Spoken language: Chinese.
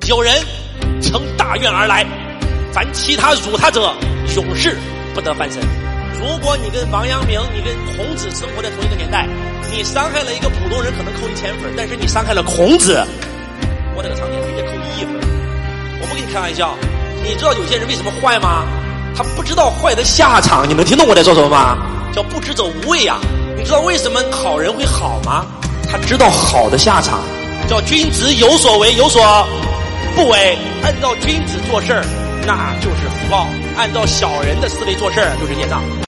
有人乘大愿而来，凡其他辱他者，永世不得翻身。如果你跟王阳明、你跟孔子生活在同一个年代，你伤害了一个普通人可能扣1000分，但是你伤害了孔子，我这个场景直接扣1分。我不跟你开玩笑，你知道有些人为什么坏吗？他不知道坏的下场，你能听懂我在说什么吗？叫不知者无畏啊！你知道为什么好人会好吗？他知道好的下场，叫君子有所为有所不为。按照君子做事儿，那就是福报；按照小人的思维做事儿，就是业障。